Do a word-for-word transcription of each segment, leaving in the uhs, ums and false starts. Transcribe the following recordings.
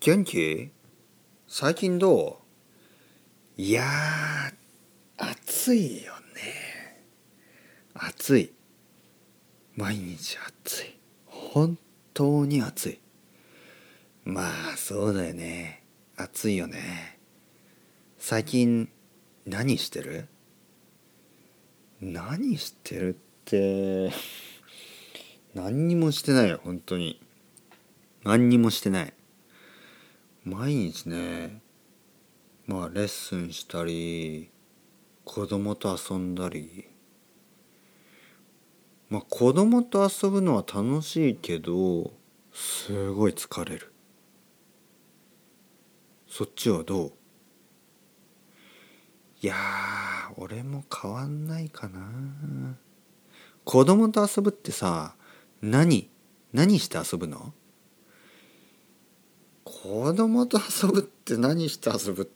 元気？最近どう？いやー、暑いよね。暑い。毎日暑い。本当に暑い。まあ、そうだよね。暑いよね。最近、何してる？何してるって、何にもしてないよ、本当に。何にもしてない。毎日ね、まあ、レッスンしたり、子供と遊んだり、まあ子供と遊ぶのは楽しいけどすごい疲れる。そっちはどう？いやー、俺も変わんないかな。子供と遊ぶってさ、何何して遊ぶの？子供と遊ぶって何して遊ぶって、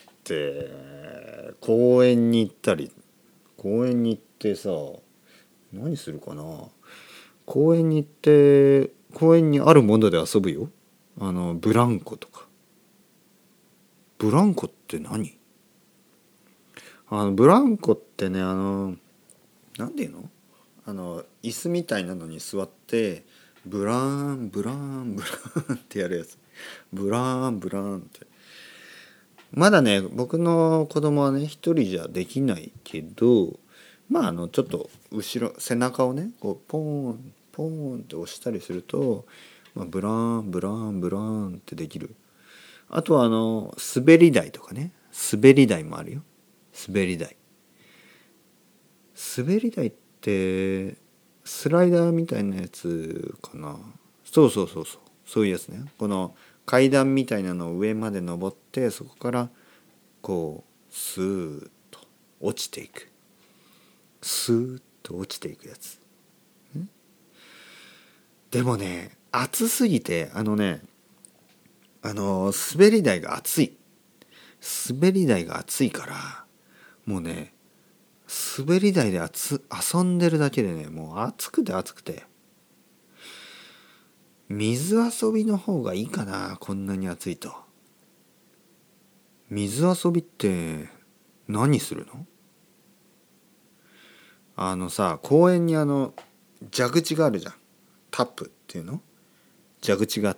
公園に行ったり、公園に行ってさ、何するかな。公園に行って公園にあるもので遊ぶよ。あのブランコとか。ブランコって何？あのブランコってね、あのなんていうの、あの椅子みたいなのに座ってブラーンブラーンブラーンってやるやつ。ブラーンブラーンって。まだね、僕の子供はね一人じゃできないけど、まああのちょっと後ろ背中をねこうポーンポーンって押したりすると、まあ、ブラーンブラーンブラーンってできる。あとはあの滑り台とかね、滑り台もあるよ。滑り台滑り台ってスライダーみたいなやつかな。そうそうそうそう、そういうやつね。この階段みたいなのを上まで登って、そこからこうスーッと落ちていく、スーッと落ちていくやつ。でもね、暑すぎて、あのねあの滑り台が暑い。滑り台が暑いからもうね、滑り台であつ遊んでるだけでね、もう暑くて暑くて、水遊びの方がいいかな。こんなに暑いと。水遊びって何するの？あのさ、公園にあの蛇口があるじゃん。タップっていうの？蛇口があって、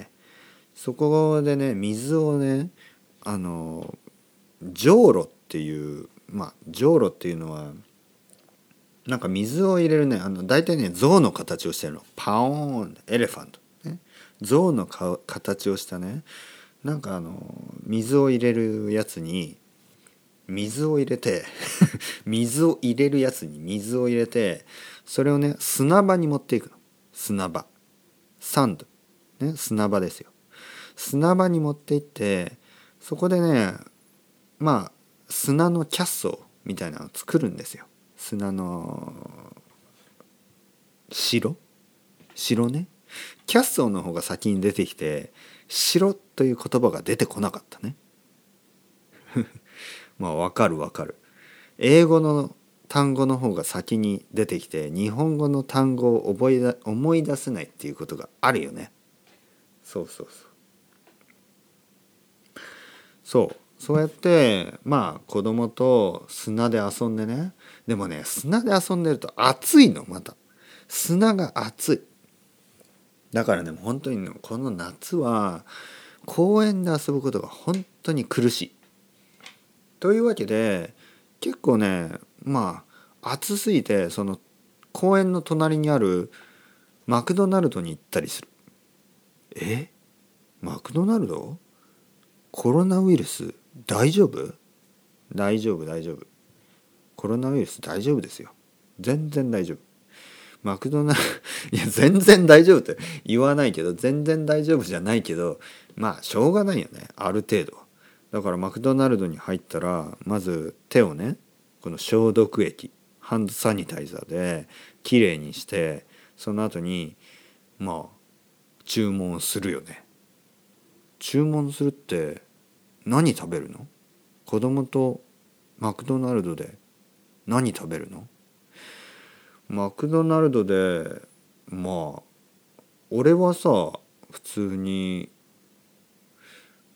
そこでね水をね、あのじょうろっていう、まあじょうろっていうのはなんか水を入れるね、あの大体ね象の形をしてるの。パオーンエレファント、ね、象のか形をしたね、なんかあの水を入れるやつに水を入れて水を入れるやつに水を入れて、それをね砂場に持っていくの。砂場、サンド、ね、砂場ですよ。砂場に持って行って、そこでね、まあ砂のキャッソーみたいなのを作るんですよ。砂の城城ね。キャッソーの方が先に出てきて、城という言葉が出てこなかったね。まあわかるわかる。英語の単語の方が先に出てきて、日本語の単語を覚えだ思い出せないっていうことがあるよね。そうそうそう。そうそうやってまあ子供と砂で遊んでね。でもね、砂で遊んでると暑いの。また砂が暑い。だからね、本当にね、この夏は公園で遊ぶことが本当に苦しい。というわけで、結構ね、まあ暑すぎて、その公園の隣にあるマクドナルドに行ったりする。え、マクドナルド？コロナウイルス大丈夫？大丈夫大丈夫。コロナウイルス大丈夫ですよ。全然大丈夫。マクドナルドいや全然大丈夫って言わないけど、全然大丈夫じゃないけど、まあしょうがないよね、ある程度は。だからマクドナルドに入ったら、まず手をね、この消毒液、ハンドサニタイザーできれいにして、その後にまあ注文するよね。注文するって何食べるの？子供とマクドナルドで何食べるの？マクドナルドで、まあ俺はさ、普通に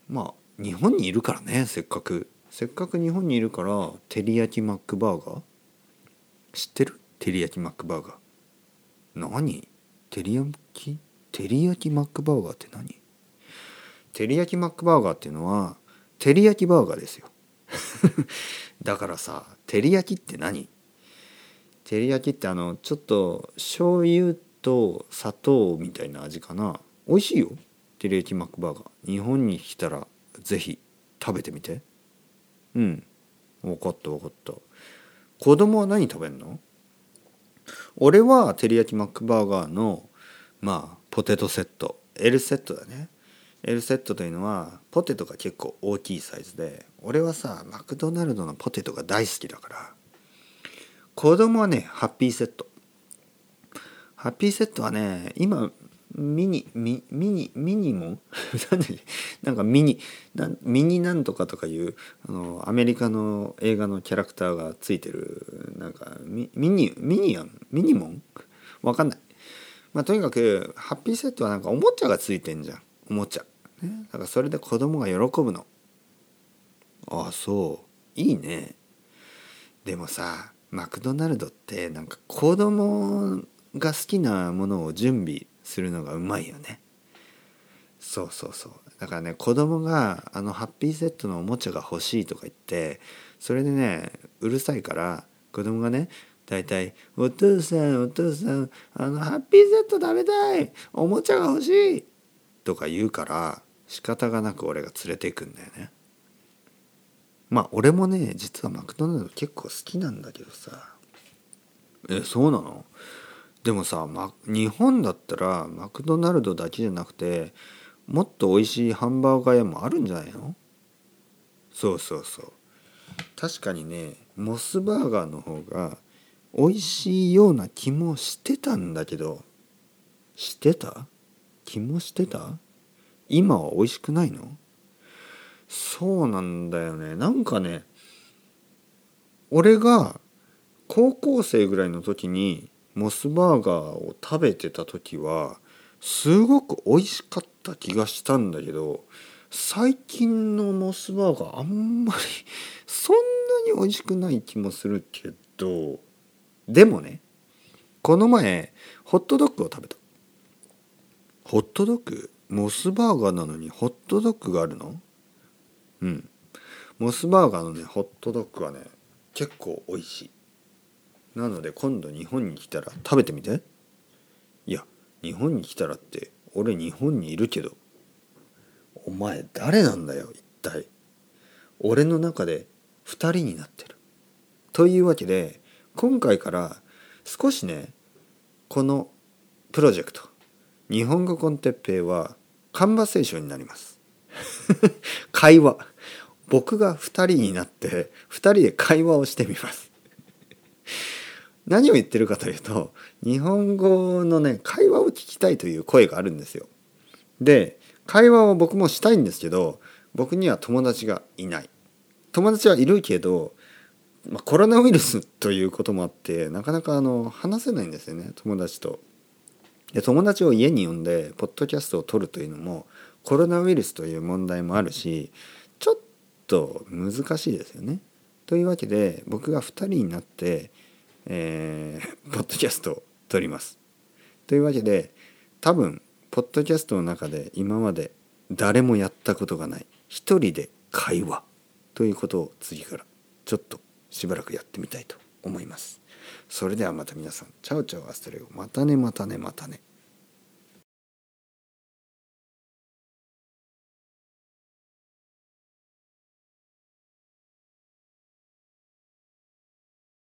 まあ日本にいるからね、せっかくせっかく日本にいるから、照り焼きマックバーガー知ってる？照り焼きマックバーガー何？照り焼き照り焼きマックバーガーって何？照り焼きマックバーガーっていうのは照り焼きバーガーですよだからさ、照り焼きって何？照り焼きってあのちょっと醤油と砂糖みたいな味かな。美味しいよ、照り焼きマックバーガー。日本に来たらぜひ食べてみて。うん、分かった分かった。子供は何食べんの？俺は照り焼きマックバーガーのまあポテトセット L セットだね。 L セットというのはポテトが結構大きいサイズで、俺はさマクドナルドのポテトが大好きだから。子供はねハッピーセット。ハッピーセットはね今ミニミミニミニモンなんでなんかミニなんミニなんとかとかいうあのアメリカの映画のキャラクターがついてるなんかミミニミニアンミニモンわかんない。まあとにかくハッピーセットはなんかおもちゃがついてんじゃん、おもちゃ、ね、だからそれで子供が喜ぶの。ああそういいね。でもさマクドナルドってなんか子供が好きなものを準備するのがうまいよね。そうそうそう。だからね子供があのハッピーセットのおもちゃが欲しいとか言ってそれでねうるさいから子供がねだいたいお父さんお父さんあのハッピーセット食べたいおもちゃが欲しいとか言うから仕方がなく俺が連れていくんだよね。まあ俺もね実はマクドナルド結構好きなんだけどさ。えそうなの？でもさ、ま、日本だったらマクドナルドだけじゃなくてもっと美味しいハンバーガー屋もあるんじゃないの？そうそうそう。確かにねモスバーガーの方が美味しいような気もしてたんだけど、してた？気もしてた？今は美味しくないの？そうなんだよね。なんかね俺が高校生ぐらいの時にモスバーガーを食べてた時はすごく美味しかった気がしたんだけど、最近のモスバーガーあんまりそんなに美味しくない気もするけど、でもねこの前ホットドッグを食べた。ホットドッグ？モスバーガーなのにホットドッグがあるの？うんモスバーガーのねホットドッグはね結構美味しい。なので今度日本に来たら食べてみて。いや日本に来たらって俺日本にいるけど、お前誰なんだよ一体。俺の中でふたりになってる。というわけで今回から少しねこのプロジェクト日本語コンテッペイはカンバセーションになります会話。僕がふたりになってふたりで会話をしてみます何を言ってるかというと日本語のね会話を聞きたいという声があるんですよ。で会話を僕もしたいんですけど僕には友達がいない。友達はいるけど、まあ、コロナウイルスということもあってなかなかあの話せないんですよね友達と。で友達を家に呼んでポッドキャストを撮るというのもコロナウイルスという問題もあるしちょっと難しいですよね。というわけで僕がふたりになって、えー、ポッドキャストを撮ります。というわけで多分ポッドキャストの中で今まで誰もやったことがない一人で会話ということを次からちょっとしばらくやってみたいと思います。それではまた皆さんチャオチャオアストレゴまたねまたねまたね。